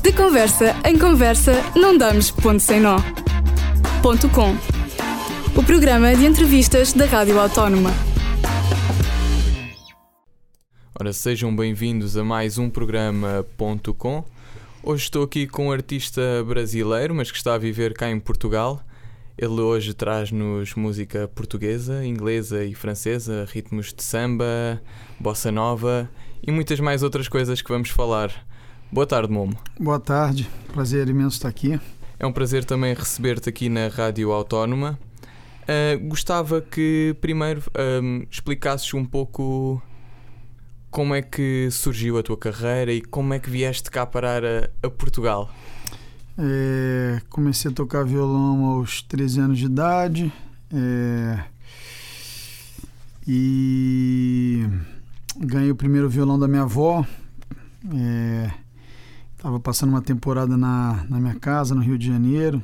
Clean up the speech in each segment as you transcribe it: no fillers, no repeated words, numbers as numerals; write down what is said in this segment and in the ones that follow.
De conversa em conversa, não damos ponto sem nó. Ponto com. O programa de entrevistas da Rádio Autónoma. Ora, sejam bem-vindos a mais um programa Ponto com. Hoje estou aqui com um artista brasileiro, mas que está a viver cá em Portugal. Ele hoje traz-nos música portuguesa, inglesa e francesa, ritmos de samba, bossa nova e muitas mais outras coisas que vamos falar. Boa tarde, Momo. Boa tarde, prazer imenso estar aqui. É um prazer também receber-te aqui na Rádio Autónoma. Gostava que primeiro explicasses um pouco como é que surgiu a tua carreira e como é que vieste cá parar a Portugal. Comecei a tocar violão aos 13 anos de idade e ganhei o primeiro violão da minha avó. Estava passando uma temporada na minha casa, no Rio de Janeiro,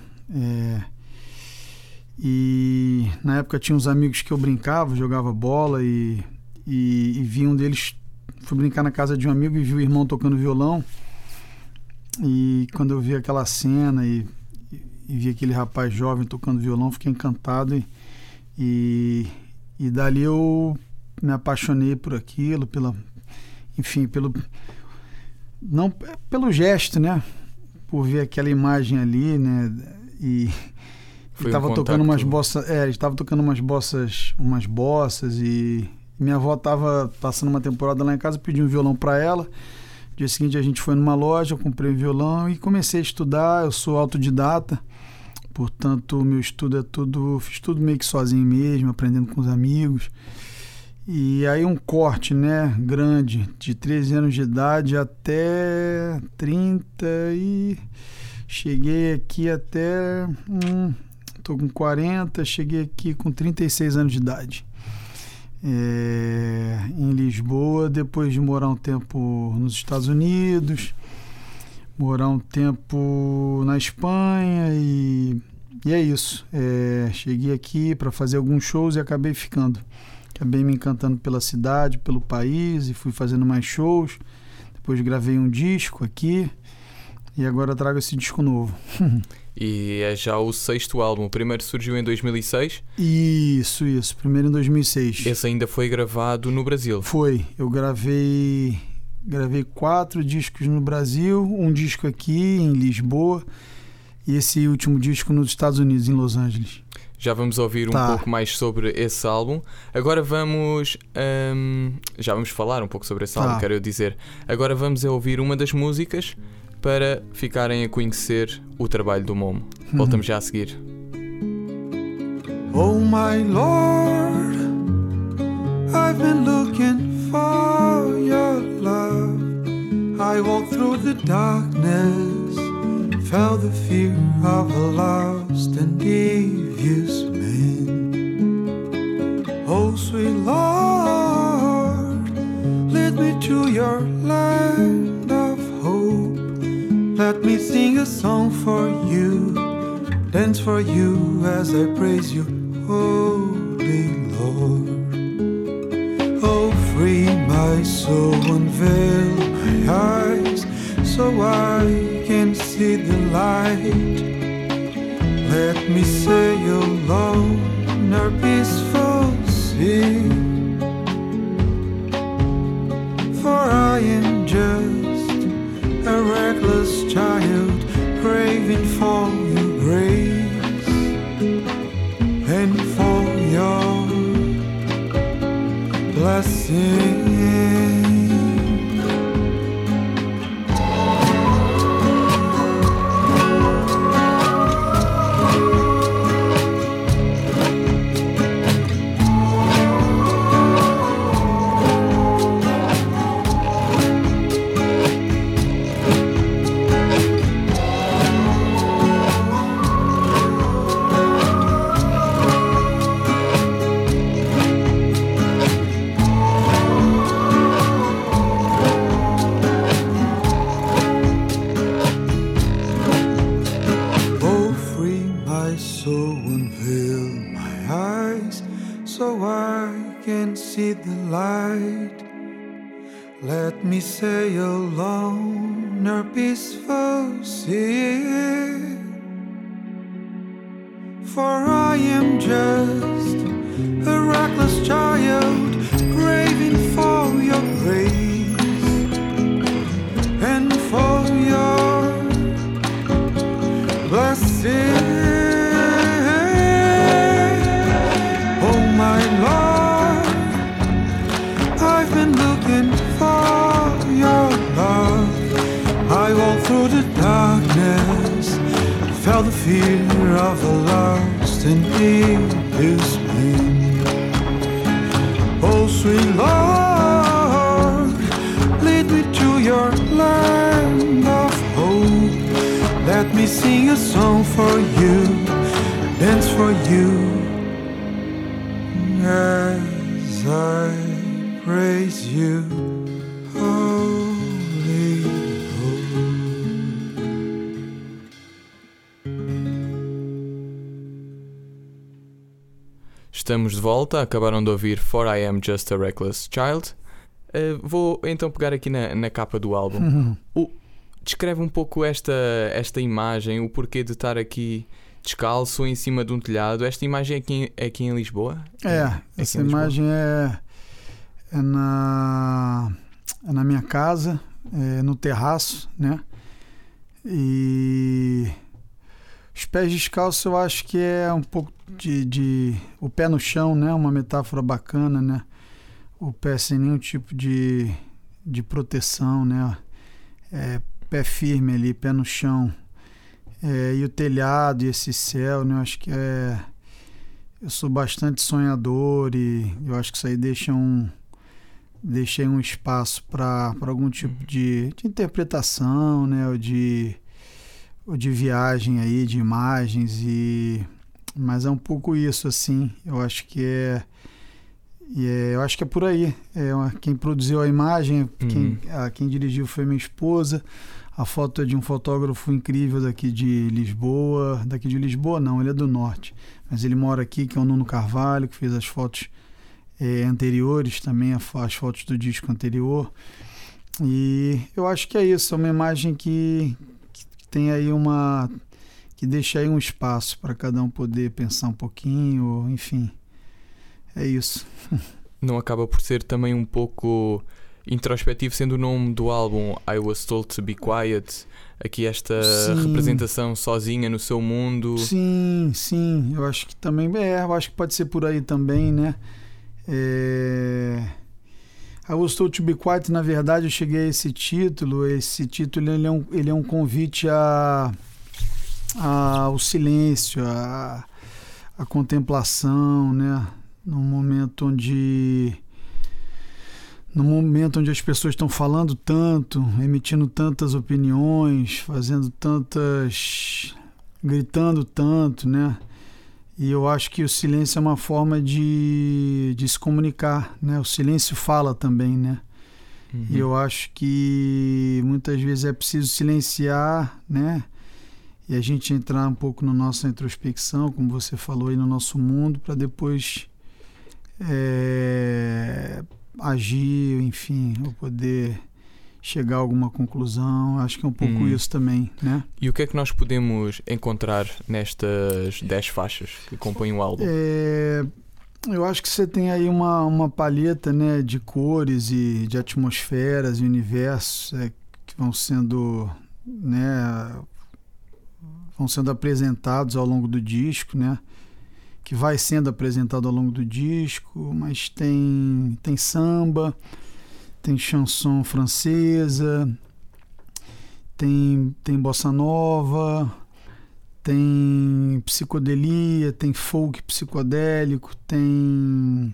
e na época tinha uns amigos que eu brincava, jogava bola e vi um deles. Fui brincar na casa de um amigo e vi o irmão tocando violão. E quando eu vi aquela cena e vi aquele rapaz jovem tocando violão, fiquei encantado e dali eu me apaixonei por aquilo, pelo gesto, né? Por ver aquela imagem ali, né? E estava tocando umas bossas, estava tocando umas bossas e minha avó estava passando uma temporada lá em casa, pedi um violão para ela. No dia seguinte a gente foi numa loja, eu comprei um violão e comecei a estudar. Eu sou autodidata, portanto meu estudo fiz tudo meio que sozinho mesmo, aprendendo com os amigos. E aí um corte, né, grande, de 13 anos de idade até 30 e cheguei aqui até, tô com 40, cheguei aqui com 36 anos de idade. Em Lisboa, depois de morar um tempo nos Estados Unidos, morar um tempo na Espanha e é isso. Cheguei aqui para fazer alguns shows e acabei me encantando pela cidade, pelo país e fui fazendo mais shows. Depois gravei um disco aqui e agora trago esse disco novo. E é já o 6º álbum. O primeiro surgiu em 2006? Isso. Primeiro em 2006. Esse ainda foi gravado no Brasil? Foi. Eu gravei 4 discos no Brasil, um disco aqui em Lisboa e esse último disco nos Estados Unidos, em Los Angeles. Já vamos ouvir um pouco mais sobre esse álbum. Agora já vamos falar um pouco sobre esse álbum, quero dizer. Agora vamos ouvir uma das músicas para ficarem a conhecer o trabalho do Momo. Voltamos já a seguir. Oh my Lord, I've been looking for your love. I walked through the darkness, felt the fear of a lost and devious man. Oh sweet Lord, lead me to your land of hope. Let me sing a song for you, dance for you as I praise you, Holy Lord. Oh, free my soul, unveil my eyes, so I can see the light. Let me sail alone in our peaceful sea, for I am just a reckless child, craving for your grace and for your blessing. Let me sail alone or peaceful sea, for I am just a reckless child craving for your grace and for your blessing. Oh my Lord, I've been looking for your love. I walked through the darkness, felt the fear of the lost, and it is me. Oh sweet Lord, lead me to your land of hope. Let me sing a song for you, dance for you as I praise you, Holy Hope. Estamos de volta, acabaram de ouvir For I Am Just a Reckless Child. Vou então pegar aqui na capa do álbum. Descreve um pouco esta imagem, o porquê de estar aqui descalço em cima de um telhado. Esta imagem é aqui em Lisboa? Essa imagem é na minha casa, no terraço, né? E os pés descalços eu acho que é um pouco de o pé no chão, né? Uma metáfora bacana, né? O pé sem nenhum tipo de proteção, né? Pé firme ali, pé no chão. E o telhado e esse céu, né? Eu acho que eu sou bastante sonhador e eu acho que isso aí deixei um espaço para algum tipo de interpretação, né? Ou de viagem aí, de imagens, mas é um pouco isso, assim. Eu acho que eu acho que é por aí. Quem produziu a imagem, quem dirigiu foi minha esposa. A foto é de um fotógrafo incrível daqui de Lisboa. Daqui de Lisboa não, ele é do norte, mas ele mora aqui, que é o Nuno Carvalho, que fez as fotos anteriores também, as fotos do disco anterior. E eu acho que é isso, é uma imagem que tem aí que deixa aí um espaço para cada um poder pensar um pouquinho, enfim, é isso. Não acaba por ser também um pouco introspectivo, sendo o nome do álbum I Was Told to Be Quiet, aqui esta representação sozinha no seu mundo? Sim, eu acho que também, eu acho que pode ser por aí também, né? I Was Told to Be Quiet, na verdade eu cheguei a esse título ele é um convite ao silêncio, à contemplação, né? No momento onde as pessoas estão falando tanto, emitindo tantas opiniões, gritando tanto, né? E eu acho que o silêncio é uma forma de se comunicar, né? O silêncio fala também, né? E eu acho que muitas vezes é preciso silenciar, né? E a gente entrar um pouco na nossa introspecção, como você falou aí, no nosso mundo, para depois agir, enfim, ou poder chegar a alguma conclusão. Acho que é um pouco isso também, né? E o que é que nós podemos encontrar nestas 10 faixas que compõem o álbum? Eu acho que você tem aí uma palheta, né, de cores e de atmosferas e universos que vão sendo apresentados ao longo do disco, né? Que vai sendo apresentado ao longo do disco, mas tem samba, tem chanson francesa, tem bossa nova, tem psicodelia, tem folk psicodélico, tem...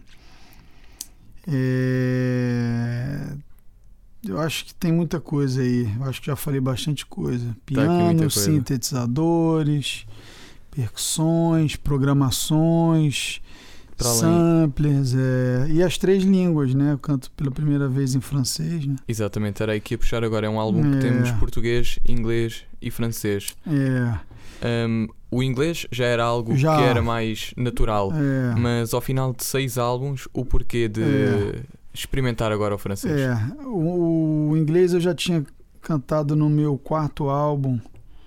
eu acho que tem muita coisa aí. Eu acho que já falei bastante coisa. Piano, sintetizadores, percussões, programações, samplers, e as 3 línguas, né? Eu canto pela primeira vez em francês, né? Exatamente, era aí que ia puxar agora. É um álbum que temos português, inglês e francês. O inglês já era algo que era mais natural, mas ao final de 6 álbuns, o porquê de experimentar agora o francês? O inglês eu já tinha cantado no meu 4º álbum,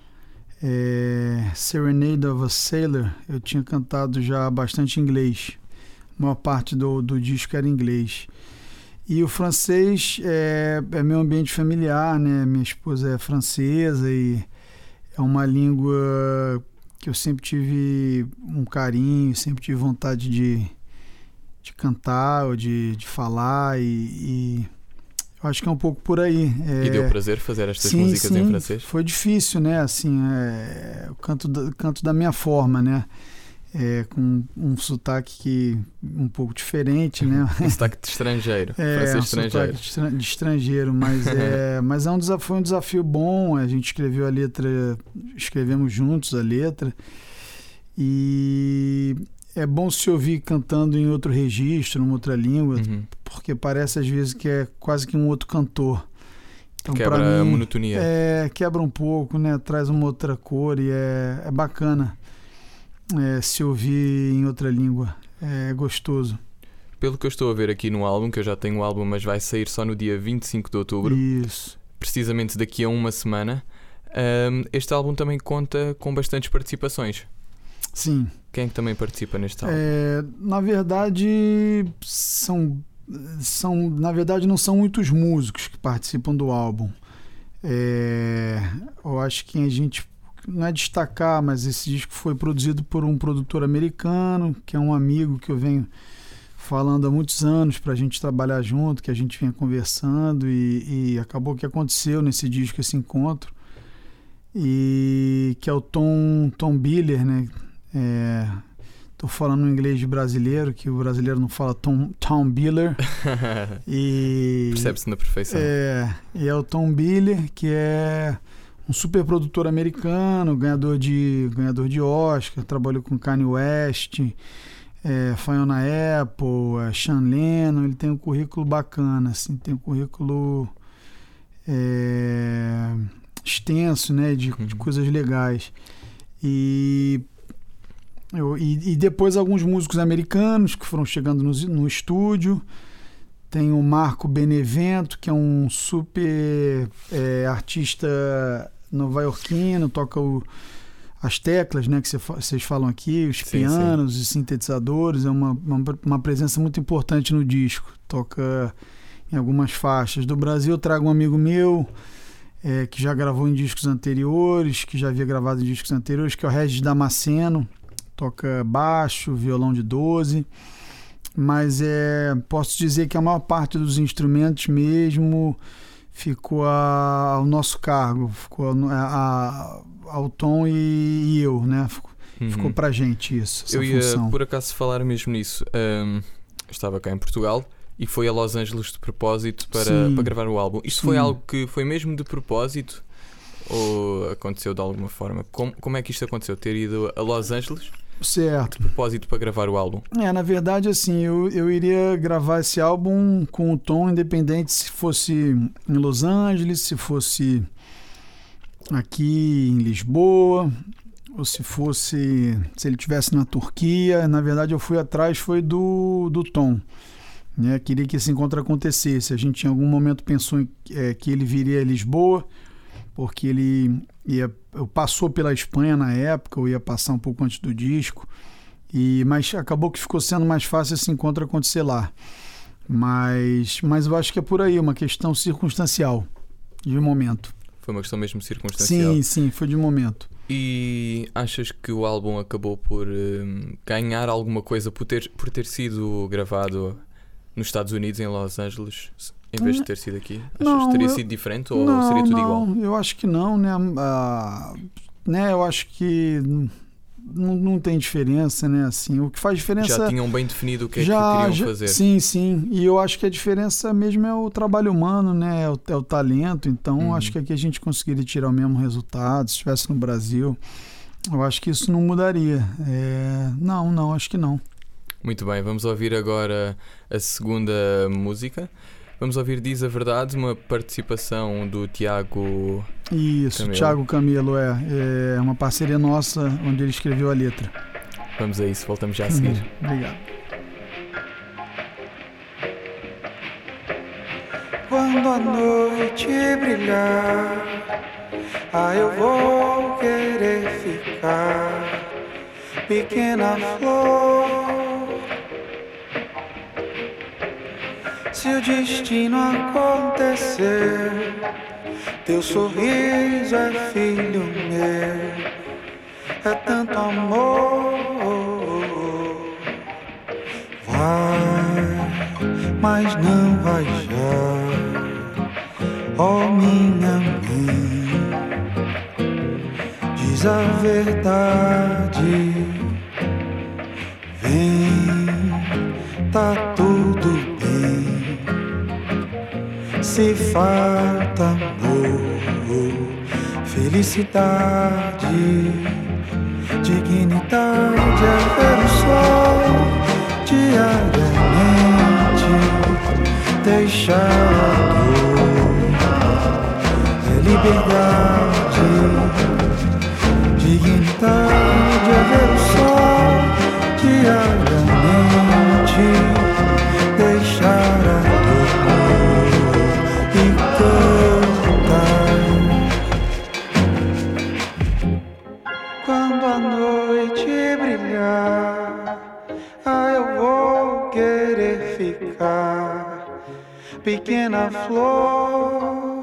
Serenade of a Sailor. Eu tinha cantado já bastante inglês. A maior parte do disco era inglês. E o francês é meu ambiente familiar, né? Minha esposa é francesa e é uma língua que eu sempre tive um carinho, sempre tive vontade de cantar ou de falar e eu acho que é um pouco por aí. E deu prazer fazer estas músicas em francês? Foi difícil, né? Assim, eu canto da minha forma, né? Com um sotaque um pouco diferente, né? Um sotaque de estrangeiro, francês estrangeiro. Sotaque de estrangeiro, mas foi um desafio bom. A gente escreveu a letra, escrevemos juntos a letra e é bom se ouvir cantando em outro registro, em outra língua, porque parece às vezes que é quase que um outro cantor. Então, quebra a monotonia. Quebra um pouco, né? Traz uma outra cor e é bacana. Se ouvir em outra língua, é gostoso. Pelo que eu estou a ver aqui no álbum, que eu já tenho o álbum, mas vai sair só no dia 25 de outubro. Isso. Precisamente daqui a uma semana. Este álbum também conta com bastantes participações. Sim. Quem é que também participa neste álbum? Na verdade, não são muitos músicos que participam do álbum. Eu acho que a gente não é destacar, mas esse disco foi produzido por um produtor americano, que é um amigo que eu venho falando há muitos anos para a gente trabalhar junto, que a gente vinha conversando e acabou que aconteceu nesse disco esse encontro, e que é o Tom Biller, né? Tô falando em inglês de brasileiro, que o brasileiro não fala Tom Biller. Percebe-se na perfeição. E é o Tom Biller, que é um super produtor americano, ganhador de Oscar, trabalhou com Kanye West, Fiona Apple, Sean Lennon. Ele tem um currículo bacana, assim, tem um currículo extenso, né, de coisas legais. E depois alguns músicos americanos que foram chegando no estúdio. Tem o Marco Benevento, que é um super artista nova-iorquino, toca as teclas, né, que vocês falam aqui, os pianos, os sintetizadores. É uma presença muito importante no disco. Toca em algumas faixas. Do Brasil eu trago um amigo meu que já gravou em discos anteriores, que já havia gravado em discos anteriores, que é o Regis Damasceno. Toca baixo, violão de 12. Mas posso dizer que a maior parte dos instrumentos mesmo ficou ao nosso cargo, ficou ao Tom e eu, né? Ficou pra gente isso, essa função. Ia por acaso falar mesmo nisso. Estava cá em Portugal e foi a Los Angeles de propósito para gravar o álbum. Isto foi algo que foi mesmo de propósito ou aconteceu de alguma forma? Como é que isto aconteceu? Ter ido a Los Angeles? Certo. De propósito para gravar o álbum? Na verdade, assim, eu iria gravar esse álbum com o Tom, independente se fosse em Los Angeles, se fosse aqui em Lisboa, ou se ele estivesse na Turquia. Na verdade, eu fui atrás do Tom, né? Queria que esse encontro acontecesse. A gente em algum momento pensou que ele viria a Lisboa, porque ele passou pela Espanha na época, ou ia passar um pouco antes do disco, mas acabou que ficou sendo mais fácil esse encontro acontecer lá. Mas eu acho que é por aí, uma questão circunstancial, de momento. Foi uma questão mesmo circunstancial? Sim, foi de momento. E achas que o álbum acabou por ganhar alguma coisa por ter sido gravado nos Estados Unidos, em Los Angeles, em vez de ter sido aqui? Achas que teria sido diferente ou seria tudo igual? Eu acho que não, né? Eu acho que não tem diferença, né? Assim, o que faz diferença... Já tinham bem definido o que é que queriam fazer. Sim. E eu acho que a diferença mesmo é o trabalho humano, né? É o talento. Então, acho que aqui a gente conseguiria tirar o mesmo resultado. Se estivesse no Brasil, eu acho que isso não mudaria. Não, acho que não. Muito bem, vamos ouvir agora a segunda música. Vamos ouvir Diz a Verdade, uma participação do Tiago... Isso, Camelo. Tiago Camelo, é uma parceria nossa, onde ele escreveu a letra. Vamos a isso, voltamos já a seguir. Obrigado. a noite brilhar, eu vou querer ficar, pequena flor. Se o destino acontecer, teu sorriso é filho meu, é tanto amor. Vai, mas não vai já, ó minha mãe, diz a verdade, vem, tá tudo bem, se falta amor, felicidade, dignidade é ver o sol diariamente, deixar a dor, é liberdade, dignidade é ver o sol diariamente, deixar a dor e cantar. Quando a noite brilhar, eu vou querer ficar, pequena flor.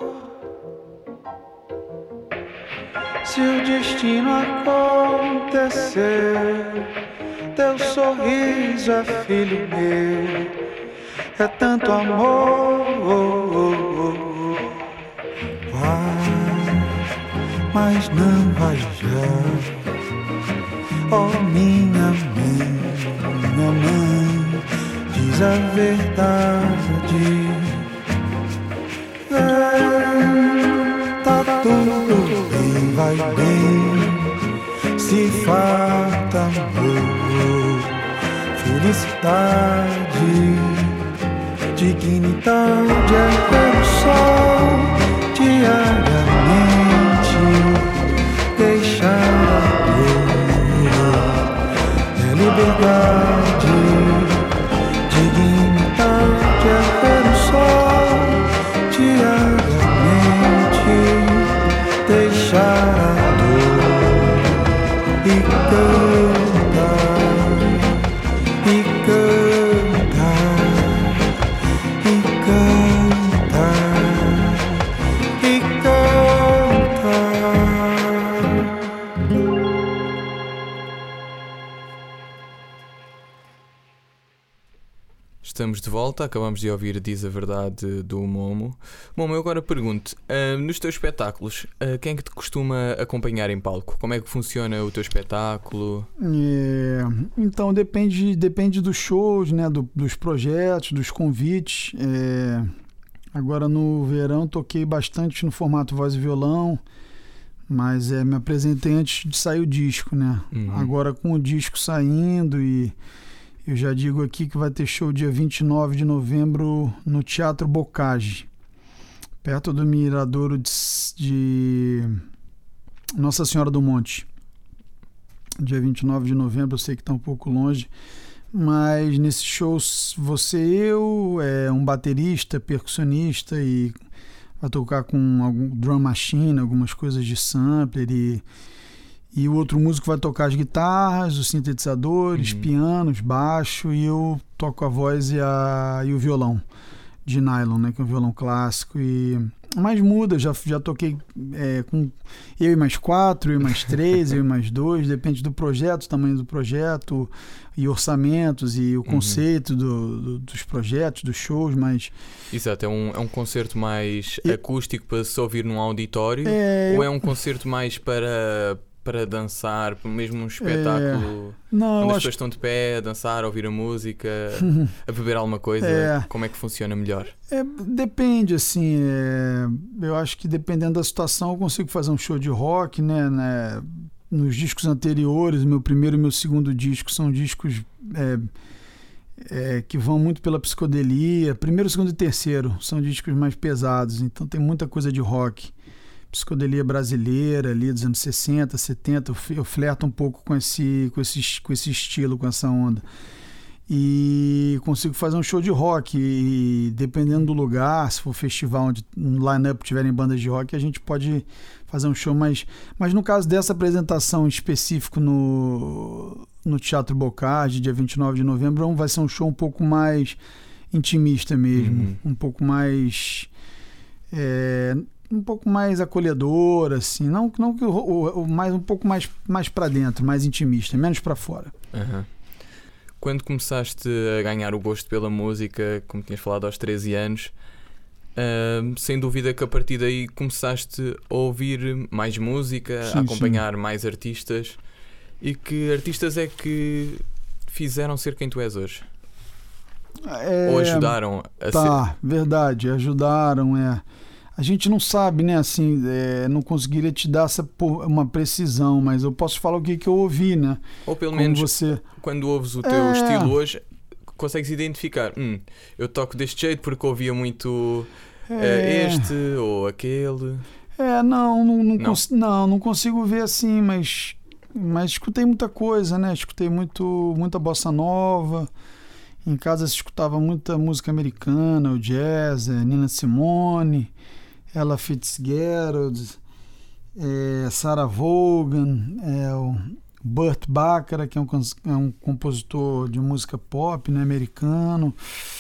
Se o destino acontecer, teu sorriso é filho meu, é tanto amor. Vai, mas não vai já, ó minha mãe, diz a verdade, tá tudo bem, vai bem, se falta amor, felicidade, dignidade é ver o sol diariamente, deixar a dor, é liberdade, dignidade é ver o sol diariamente, deixar a dor e cantar, e cantar, e cantar, e cantar. Estamos de volta, acabamos de ouvir Diz a Verdade do Momo. Momo, eu agora pergunto, nos teus espetáculos, quem é que te costuma acompanhar em palco? Como é que funciona o teu espetáculo? Então depende dos shows, né, dos projetos, dos convites. Agora no verão toquei bastante no formato voz e violão, mas me apresentei antes de sair o disco, né? Agora com o disco saindo, e eu já digo aqui que vai ter show dia 29 de novembro no Teatro Bocage, perto do Miradouro de Nossa Senhora do Monte. Dia 29 de novembro, eu sei que está um pouco longe, mas nesse show vou ser eu, um baterista, percussionista, e vai tocar com algum drum machine, algumas coisas de sampler, e o outro músico vai tocar as guitarras, os sintetizadores, pianos, baixo, e eu toco a voz e o violão de nylon, né, que é um violão clássico. Mas muda, já toquei com eu e mais 4, eu e mais 3, eu e mais 2, depende do projeto, tamanho do projeto, e orçamentos, e o conceito dos projetos, dos shows, mas... Exato, é um concerto mais acústico para se ouvir num auditório, ou é um concerto mais para dançar, mesmo um espetáculo onde as pessoas estão de pé a dançar, a ouvir a música, a beber alguma coisa? Como é que funciona melhor? Depende, assim, eu acho que dependendo da situação eu consigo fazer um show de rock, né? Nos discos anteriores, meu primeiro e meu segundo disco são discos que vão muito pela psicodelia. Primeiro, segundo e terceiro são discos mais pesados, então tem muita coisa de rock, psicodelia brasileira ali dos anos 60, 70, eu flerto um pouco com esse estilo, com essa onda. e consigo fazer um show de rock. E dependendo do lugar, se for festival onde no line-up tiverem bandas de rock, a gente pode fazer um show. Mas no caso dessa apresentação em específico no Teatro Boccaccio, dia 29 de novembro, vai ser um show um pouco mais intimista mesmo, um pouco mais acolhedor, assim, não que mais um pouco mais para dentro, mais intimista, menos para fora. Quando começaste a ganhar o gosto pela música, como tinhas falado, aos 13 anos, sem dúvida que a partir daí começaste a ouvir mais música, a acompanhar mais artistas. E que artistas é que fizeram ser quem tu és hoje? Ou ajudaram a ser? Verdade, ajudaram. A gente não sabe, né? Assim, não conseguiria te dar uma precisão, mas eu posso falar o que eu ouvi, né? Ou pelo menos quando ouves o teu estilo hoje, consegues identificar. Eu toco deste jeito porque ouvia muito este ou aquele. Não consigo ver assim, mas escutei muita coisa, né? Escutei muita bossa nova. Em casa se escutava muita música americana, o jazz, Nina Simone, Ella Fitzgerald, Sarah Vaughan, o Burt Bacharach, que é um compositor de música pop, né, americano.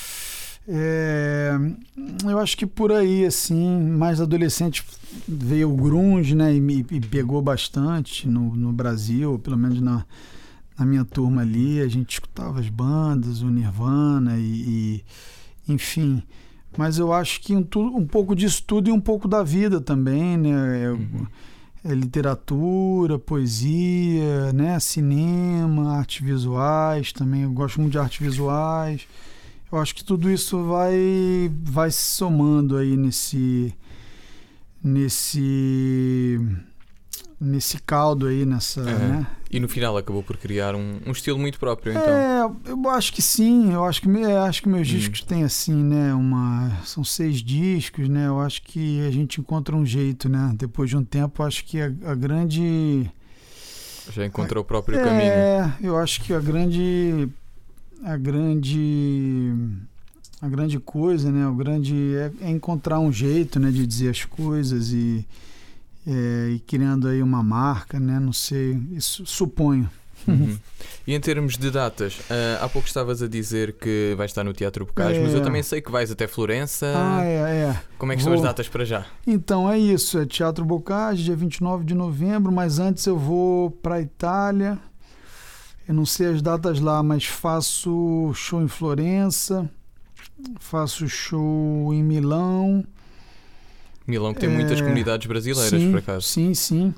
Eu acho que por aí, assim, mais adolescente veio o grunge, né, e pegou bastante no Brasil, pelo menos na minha turma ali. A gente escutava as bandas, o Nirvana enfim. Mas eu acho que um pouco disso tudo e um pouco da vida também, né? Literatura, poesia, né? Cinema, artes visuais também. Eu gosto muito de artes visuais. Eu acho que tudo isso vai se somando aí nesse caldo aí, né? E no final acabou por criar um estilo muito próprio, então. Eu acho que sim. Eu acho que meus discos têm assim, né? São 6 discos, né? Eu acho que a gente encontra um jeito, né? Depois de um tempo, acho que a grande... Já encontrou o próprio caminho. Eu acho que a grande coisa, né? É encontrar um jeito, né? De dizer as coisas e criando aí uma marca, né? Não sei, isso suponho. E em termos de datas, há pouco estavas a dizer que vais estar no Teatro Boccaccio, mas eu também sei que vais até Florença. Como é que são as datas para já? Então é isso, Teatro Boccaccio, dia 29 de novembro, mas antes eu vou para a Itália. Eu não sei as datas lá, mas faço show em Florença, faço show em Milão. Milão, que tem muitas comunidades brasileiras, por acaso. Sim.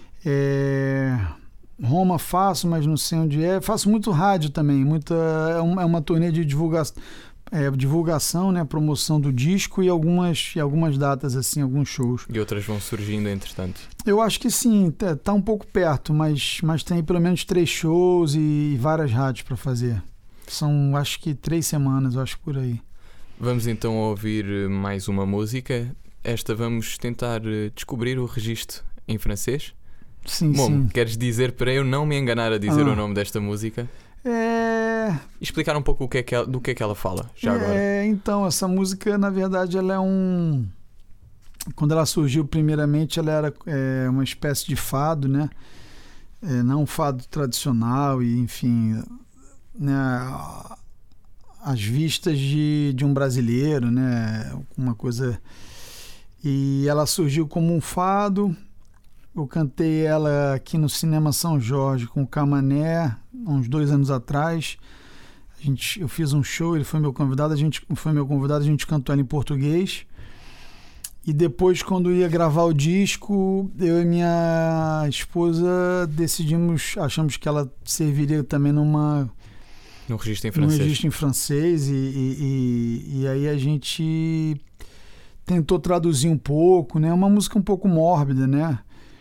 Roma faço, mas não sei onde é. Faço muito rádio também. É uma turnê de divulgação, né? Promoção do disco e algumas datas, assim, alguns shows. E outras vão surgindo, entretanto. Eu acho que sim. Tá um pouco perto, mas tem pelo menos 3 shows e várias rádios para fazer. São, acho que 3 semanas, eu acho, por aí. Vamos então ouvir mais uma música. Esta vamos tentar descobrir o registro em francês. Sim. Queres dizer para eu não me enganar a dizer o nome desta música? E explicar um pouco do que é que ela fala, já agora. Então, essa música, na verdade, ela é quando ela surgiu primeiramente, ela era uma espécie de fado, né? Não um fado tradicional e, enfim, né? As vistas de um brasileiro, né? Uma coisa... E ela surgiu como um fado. Eu cantei ela aqui no Cinema São Jorge com o Camané, uns 2 anos atrás. Eu fiz um show, ele foi meu convidado, a gente cantou ela em português. E depois, quando ia gravar o disco, eu e minha esposa achamos que ela serviria também num registro em francês. E aí a gente tentou traduzir um pouco, né? Uma música um pouco mórbida, né?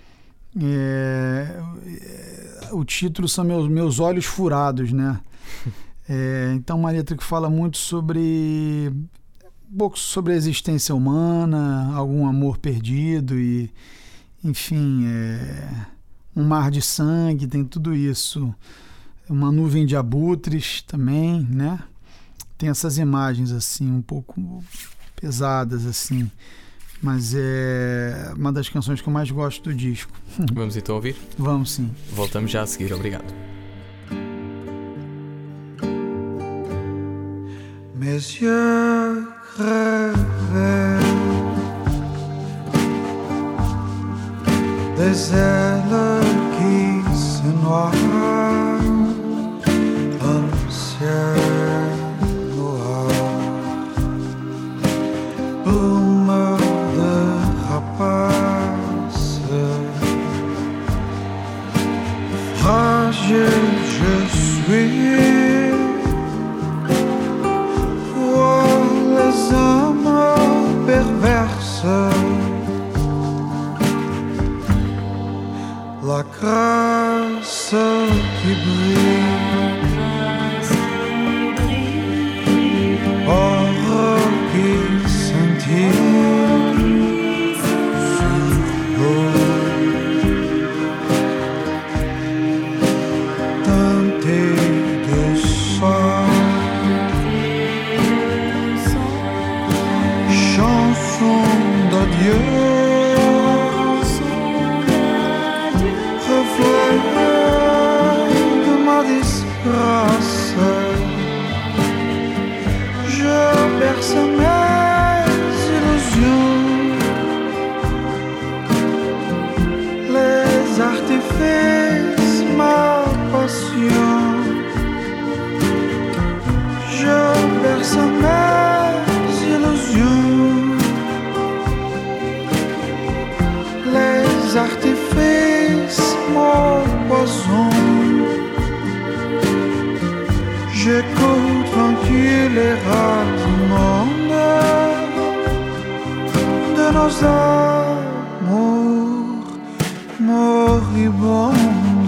O título são Meus Olhos Furados, né? Então, uma letra que fala muito um pouco sobre a existência humana, algum amor perdido e, enfim, um mar de sangue, tem tudo isso. uma nuvem de abutres também, né? Tem essas imagens assim, um pouco pesadas assim, mas é uma das canções que eu mais gosto do disco. Vamos então ouvir? Vamos sim. Voltamos já a seguir, obrigado. Mes yeux rêvaient des ailes qui se noient dans le ciel noir, brume de rapaces, fragile je suis. Les âmes perverses, la grâce qui brille, or qui scintille sur l'eau, teintée de sang. Dieu, reflet de ma disgrâce, je berce mes illusions, les artifices, ma passion, je berce mes illusions. Les artifices, mon poison. J'écoute tranquille les rats du monde de nos amours moribondes.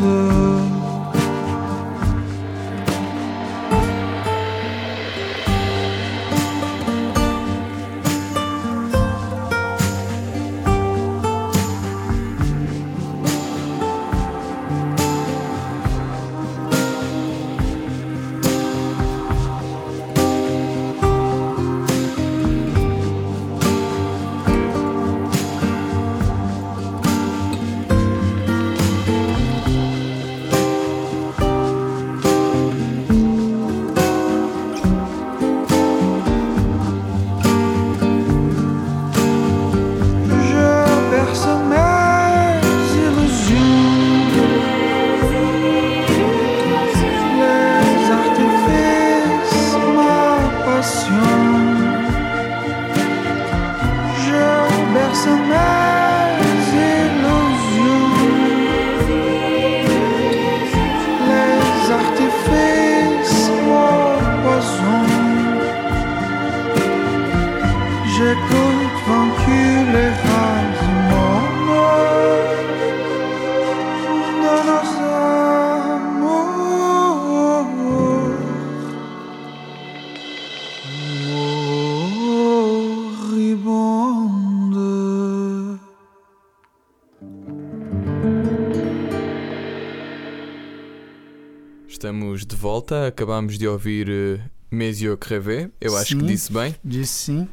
Estamos de volta, acabámos de ouvir Mes yeux rêvaient, eu acho que disse bem. Disse sim.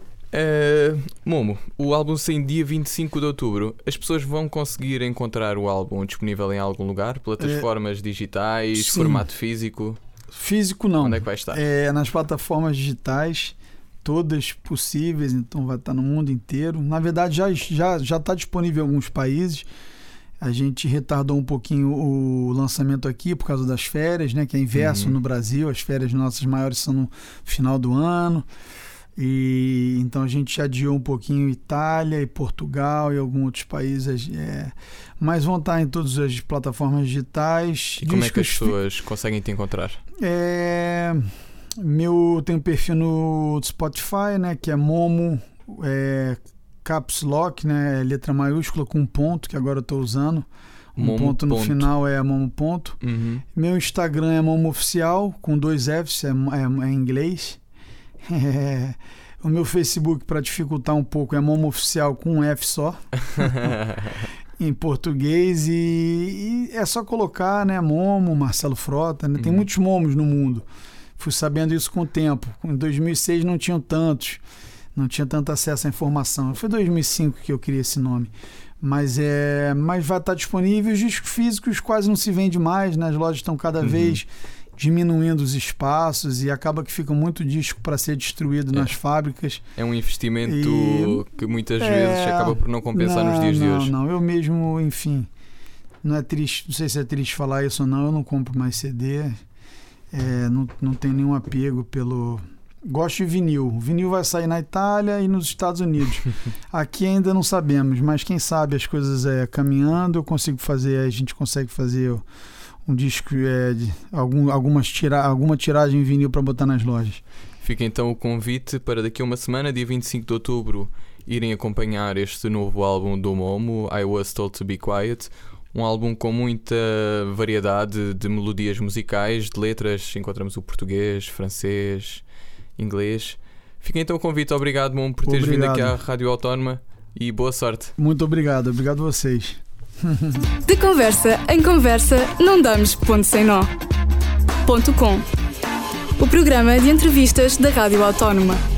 Momo, o álbum sai dia 25 de outubro. As pessoas vão conseguir encontrar o álbum disponível em algum lugar? Plataformas digitais, sim. Formato físico? Físico não. Onde é que vai estar? Nas plataformas digitais, todas possíveis, então vai estar no mundo inteiro. Na verdade já está disponível em alguns países. A gente retardou um pouquinho o lançamento aqui por causa das férias, né? Que é inverso no Brasil. As férias nossas maiores são no final do ano. E então a gente adiou um pouquinho Itália e Portugal e alguns outros países. Mas vão estar em todas as plataformas digitais. E como é que as pessoas conseguem te encontrar? Tem um perfil no Spotify, né? Que é Momo... Caps Lock, né? Letra maiúscula com um ponto, que agora eu estou usando. Momo ponto no final é Momo ponto. Meu Instagram é Momo Oficial, com 2 Fs, é em inglês. O meu Facebook, para dificultar um pouco, é Momo Oficial com um F só. em português e é só colocar, né, Momo, Marcelo Frota, né? Tem muitos Momos no mundo. Fui sabendo isso com o tempo. Em 2006 não tinham tantos, não tinha tanto acesso à informação. Foi em 2005 que eu criei esse nome. Mas vai estar disponível. Os discos físicos quase não se vende mais, né? As lojas estão cada vez diminuindo os espaços e acaba que fica muito disco para ser destruído nas fábricas. É um investimento que muitas vezes acaba por não compensar nos dias de hoje. Não, eu mesmo, enfim, não é triste, não sei se é triste falar isso ou não, eu não compro mais CD, não tenho nenhum apego pelo... Gosto de vinil. O vinil vai sair na Itália e nos Estados Unidos. Aqui ainda não sabemos, mas quem sabe as coisas caminhando, a gente consegue fazer um disco de alguma tiragem em vinil para botar nas lojas. Fica então o convite para daqui a uma semana, dia 25 de outubro, irem acompanhar este novo álbum do Momo, I Was Told to Be Quiet. Um álbum com muita variedade de melodias musicais, de letras. Encontramos o português, francês, inglês. Fica então o convite. Obrigado, Momo, por teres vindo aqui à Rádio Autónoma e boa sorte. Muito obrigado a vocês. De conversa em conversa, não damos ponto sem nó. .com, o programa de entrevistas da Rádio Autónoma.